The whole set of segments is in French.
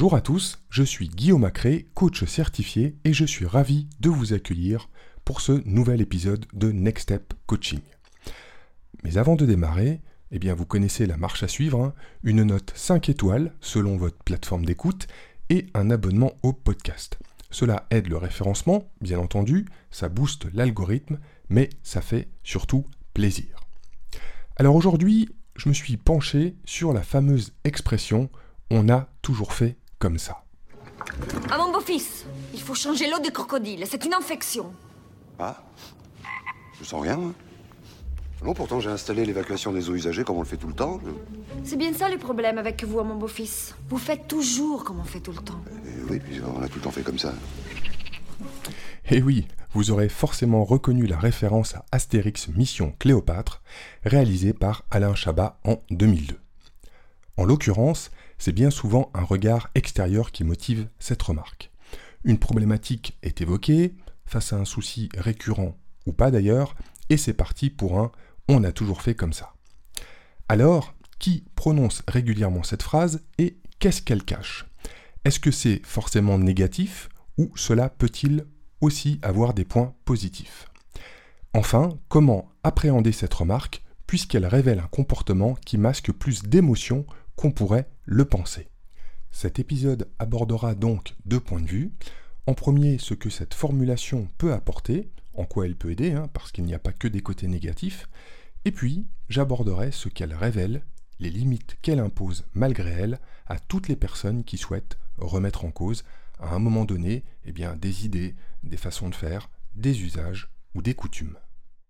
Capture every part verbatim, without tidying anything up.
Bonjour à tous, je suis Guillaume Acré, coach certifié et je suis ravi de vous accueillir pour ce nouvel épisode de Next Step Coaching. Mais avant de démarrer, eh bien vous connaissez la marche à suivre, hein, une note cinq étoiles selon votre plateforme d'écoute et un abonnement au podcast. Cela aide le référencement, bien entendu, ça booste l'algorithme, mais ça fait surtout plaisir. Alors aujourd'hui, je me suis penché sur la fameuse expression « on a toujours fait comme ça ». À mon beau-fils, il faut changer l'eau des crocodiles, c'est une infection. Ah, je sens rien, moi. Non, pourtant j'ai installé l'évacuation des eaux usagées comme on le fait tout le temps. Je... C'est bien ça le problème avec vous, mon beau-fils. Vous faites toujours comme on fait tout le temps. Et oui, puis on a tout le temps fait comme ça. Et oui, vous aurez forcément reconnu la référence à Astérix Mission Cléopâtre, réalisée par Alain Chabat en deux mille deux. En l'occurrence, c'est bien souvent un regard extérieur qui motive cette remarque. Une problématique est évoquée, face à un souci récurrent ou pas d'ailleurs, et c'est parti pour un « on a toujours fait comme ça ». Alors, qui prononce régulièrement cette phrase et qu'est-ce qu'elle cache ? Est-ce que c'est forcément négatif ou cela peut-il aussi avoir des points positifs ? Enfin, comment appréhender cette remarque puisqu'elle révèle un comportement qui masque plus d'émotions qu'on pourrait le penser ? Cet épisode abordera donc deux points de vue. En premier, ce que cette formulation peut apporter, en quoi elle peut aider, hein, parce qu'il n'y a pas que des côtés négatifs, et puis j'aborderai ce qu'elle révèle, les limites qu'elle impose malgré elle à toutes les personnes qui souhaitent remettre en cause, à un moment donné, eh bien, des idées, des façons de faire, des usages ou des coutumes.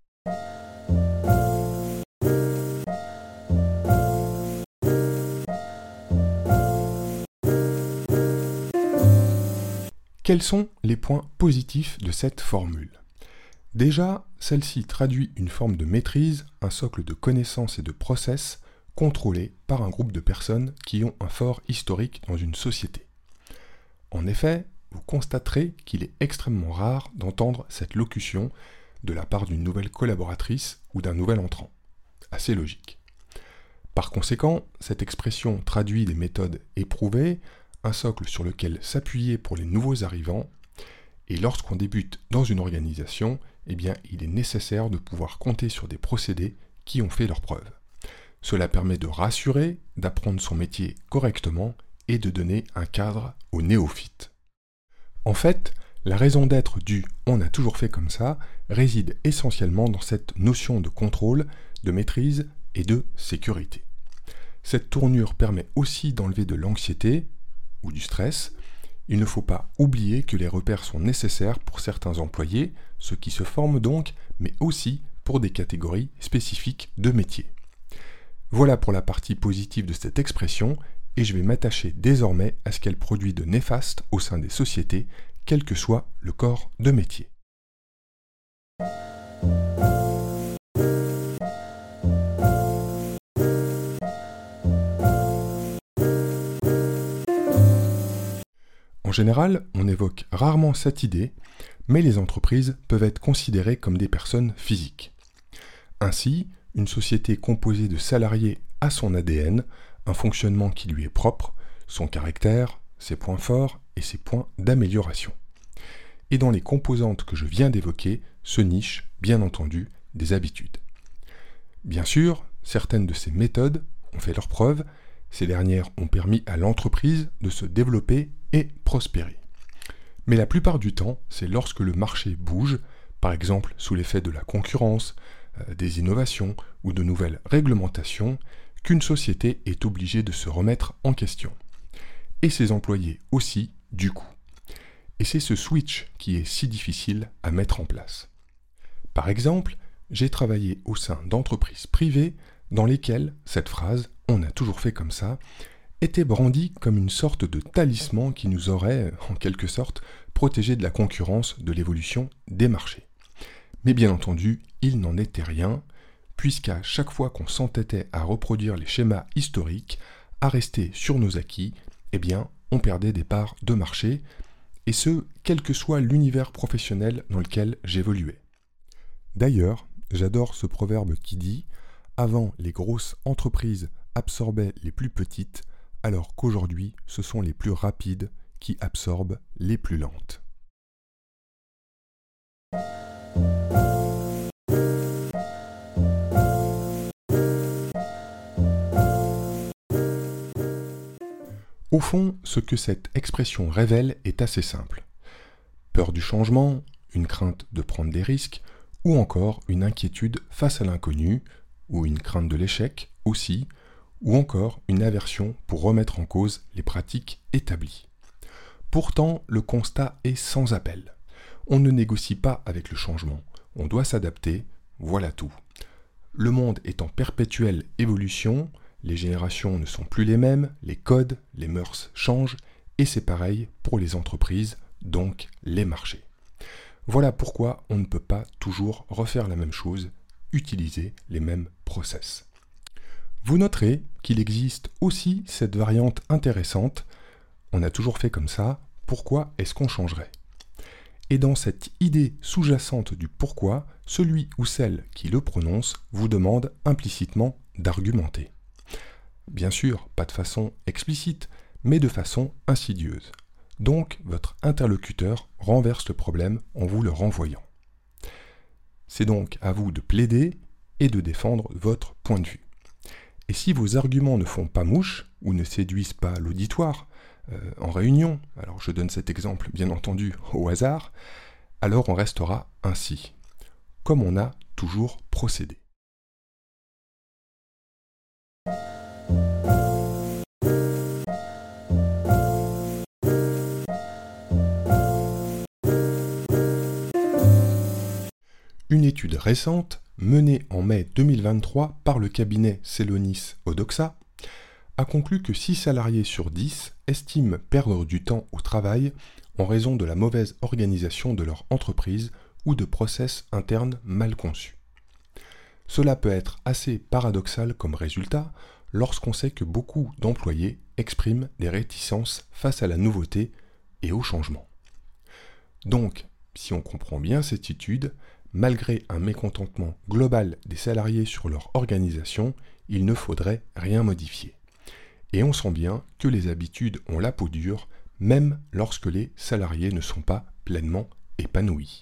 Quels sont les points positifs de cette formule ? Déjà, celle-ci traduit une forme de maîtrise, un socle de connaissances et de process contrôlé par un groupe de personnes qui ont un fort historique dans une société. En effet, vous constaterez qu'il est extrêmement rare d'entendre cette locution de la part d'une nouvelle collaboratrice ou d'un nouvel entrant. Assez logique. Par conséquent, cette expression traduit des méthodes éprouvées, un socle sur lequel s'appuyer pour les nouveaux arrivants, et lorsqu'on débute dans une organisation, eh bien, il est nécessaire de pouvoir compter sur des procédés qui ont fait leurs preuves. Cela permet de rassurer, d'apprendre son métier correctement et de donner un cadre aux néophytes. En fait, la raison d'être du « on a toujours fait comme ça » réside essentiellement dans cette notion de contrôle, de maîtrise et de sécurité. Cette tournure permet aussi d'enlever de l'anxiété ou du stress. Il ne faut pas oublier que les repères sont nécessaires pour certains employés, ceux qui se forment donc, mais aussi pour des catégories spécifiques de métiers. Voilà pour la partie positive de cette expression, et je vais m'attacher désormais à ce qu'elle produit de néfaste au sein des sociétés, quel que soit le corps de métier. En général, on évoque rarement cette idée, mais les entreprises peuvent être considérées comme des personnes physiques. Ainsi, une société composée de salariés a son A D N, un fonctionnement qui lui est propre, son caractère, ses points forts et ses points d'amélioration. Et dans les composantes que je viens d'évoquer se nichent, bien entendu, des habitudes. Bien sûr, certaines de ces méthodes ont fait leurs preuves, ces dernières ont permis à l'entreprise de se développer et prospérer. Mais la plupart du temps, c'est lorsque le marché bouge, par exemple sous l'effet de la concurrence, euh, des innovations ou de nouvelles réglementations, qu'une société est obligée de se remettre en question. Et ses employés aussi, du coup. Et c'est ce switch qui est si difficile à mettre en place. Par exemple, j'ai travaillé au sein d'entreprises privées dans lesquelles cette phrase « on a toujours fait comme ça » était brandie comme une sorte de talisman qui nous aurait, en quelque sorte, protégé de la concurrence de l'évolution des marchés. Mais bien entendu, il n'en était rien, puisqu'à chaque fois qu'on s'entêtait à reproduire les schémas historiques, à rester sur nos acquis, eh bien, on perdait des parts de marché, et ce, quel que soit l'univers professionnel dans lequel j'évoluais. D'ailleurs, j'adore ce proverbe qui dit « Avant, les grosses entreprises absorbaient les plus petites, alors qu'aujourd'hui, ce sont les plus rapides qui absorbent les plus lentes. Au fond, ce que cette expression révèle est assez simple. Peur du changement, une crainte de prendre des risques, ou encore une inquiétude face à l'inconnu, ou une crainte de l'échec aussi, ou encore une aversion pour remettre en cause les pratiques établies. Pourtant, le constat est sans appel. On ne négocie pas avec le changement, on doit s'adapter, voilà tout. Le monde est en perpétuelle évolution, les générations ne sont plus les mêmes, les codes, les mœurs changent, et c'est pareil pour les entreprises, donc les marchés. Voilà pourquoi on ne peut pas toujours refaire la même chose, utiliser les mêmes process. Vous noterez qu'il existe aussi cette variante intéressante, on a toujours fait comme ça, pourquoi est-ce qu'on changerait ? Et dans cette idée sous-jacente du pourquoi, celui ou celle qui le prononce vous demande implicitement d'argumenter. Bien sûr, pas de façon explicite, mais de façon insidieuse. Donc, votre interlocuteur renverse le problème en vous le renvoyant. C'est donc à vous de plaider et de défendre votre point de vue. Et si vos arguments ne font pas mouche ou ne séduisent pas l'auditoire euh, en réunion, alors je donne cet exemple bien entendu au hasard, alors on restera ainsi, comme on a toujours procédé. Une étude récente, menée en mai deux mille vingt-trois par le cabinet Celonis Odoxa, a conclu que six salariés sur dix estiment perdre du temps au travail en raison de la mauvaise organisation de leur entreprise ou de process internes mal conçus. Cela peut être assez paradoxal comme résultat lorsqu'on sait que beaucoup d'employés expriment des réticences face à la nouveauté et au changement. Donc, si on comprend bien cette étude, malgré un mécontentement global des salariés sur leur organisation, il ne faudrait rien modifier. Et on sent bien que les habitudes ont la peau dure, même lorsque les salariés ne sont pas pleinement épanouis.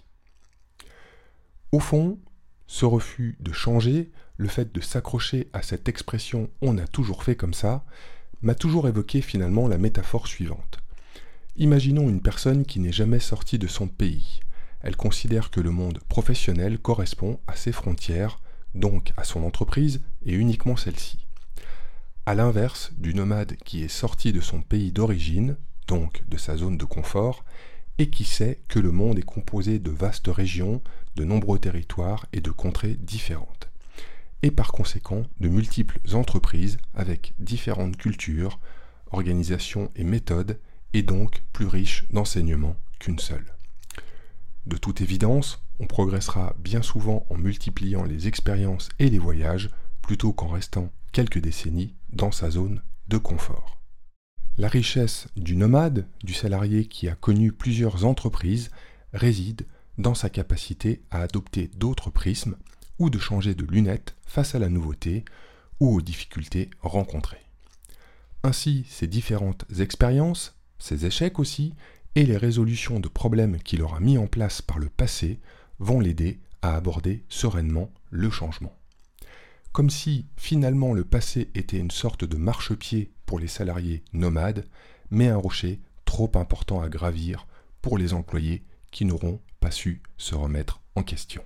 Au fond, ce refus de changer, le fait de s'accrocher à cette expression « on a toujours fait comme ça », m'a toujours évoqué finalement la métaphore suivante. Imaginons une personne qui n'est jamais sortie de son pays. Elle considère que le monde professionnel correspond à ses frontières, donc à son entreprise et uniquement celle-ci. À l'inverse du nomade qui est sorti de son pays d'origine, donc de sa zone de confort, et qui sait que le monde est composé de vastes régions, de nombreux territoires et de contrées différentes. Et par conséquent, de multiples entreprises avec différentes cultures, organisations et méthodes, et donc plus riches d'enseignements qu'une seule. De toute évidence, on progressera bien souvent en multipliant les expériences et les voyages, plutôt qu'en restant quelques décennies dans sa zone de confort. La richesse du nomade, du salarié qui a connu plusieurs entreprises, réside dans sa capacité à adopter d'autres prismes ou de changer de lunettes face à la nouveauté ou aux difficultés rencontrées. Ainsi, ces différentes expériences, ces échecs aussi, et les résolutions de problèmes qu'il aura mis en place par le passé vont l'aider à aborder sereinement le changement. Comme si finalement le passé était une sorte de marchepied pour les salariés nomades, mais un rocher trop important à gravir pour les employés qui n'auront pas su se remettre en question.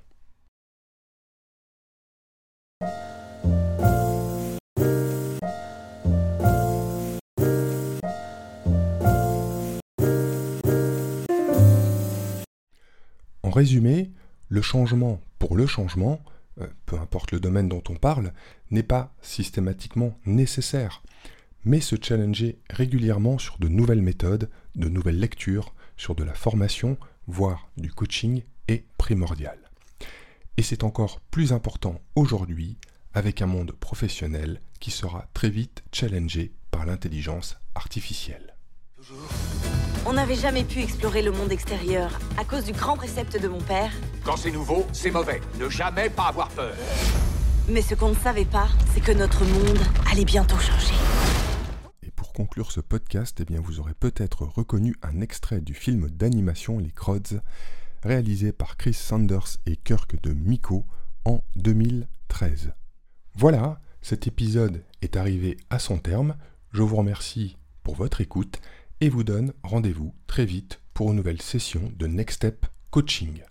En résumé, le changement pour le changement, euh, peu importe le domaine dont on parle, n'est pas systématiquement nécessaire, mais se challenger régulièrement sur de nouvelles méthodes, de nouvelles lectures, sur de la formation, voire du coaching est primordial. Et c'est encore plus important aujourd'hui avec un monde professionnel qui sera très vite challengé par l'intelligence artificielle. On n'avait jamais pu explorer le monde extérieur à cause du grand précepte de mon père. Quand c'est nouveau, c'est mauvais. Ne jamais pas avoir peur. Mais ce qu'on ne savait pas, c'est que notre monde allait bientôt changer. Et pour conclure ce podcast, eh bien, vous aurez peut-être reconnu un extrait du film d'animation Les Croods, réalisé par Chris Sanders et Kirk de Mikko en deux mille treize. Voilà, cet épisode est arrivé à son terme. Je vous remercie pour votre écoute et vous donne rendez-vous très vite pour une nouvelle session de Next Step Coaching.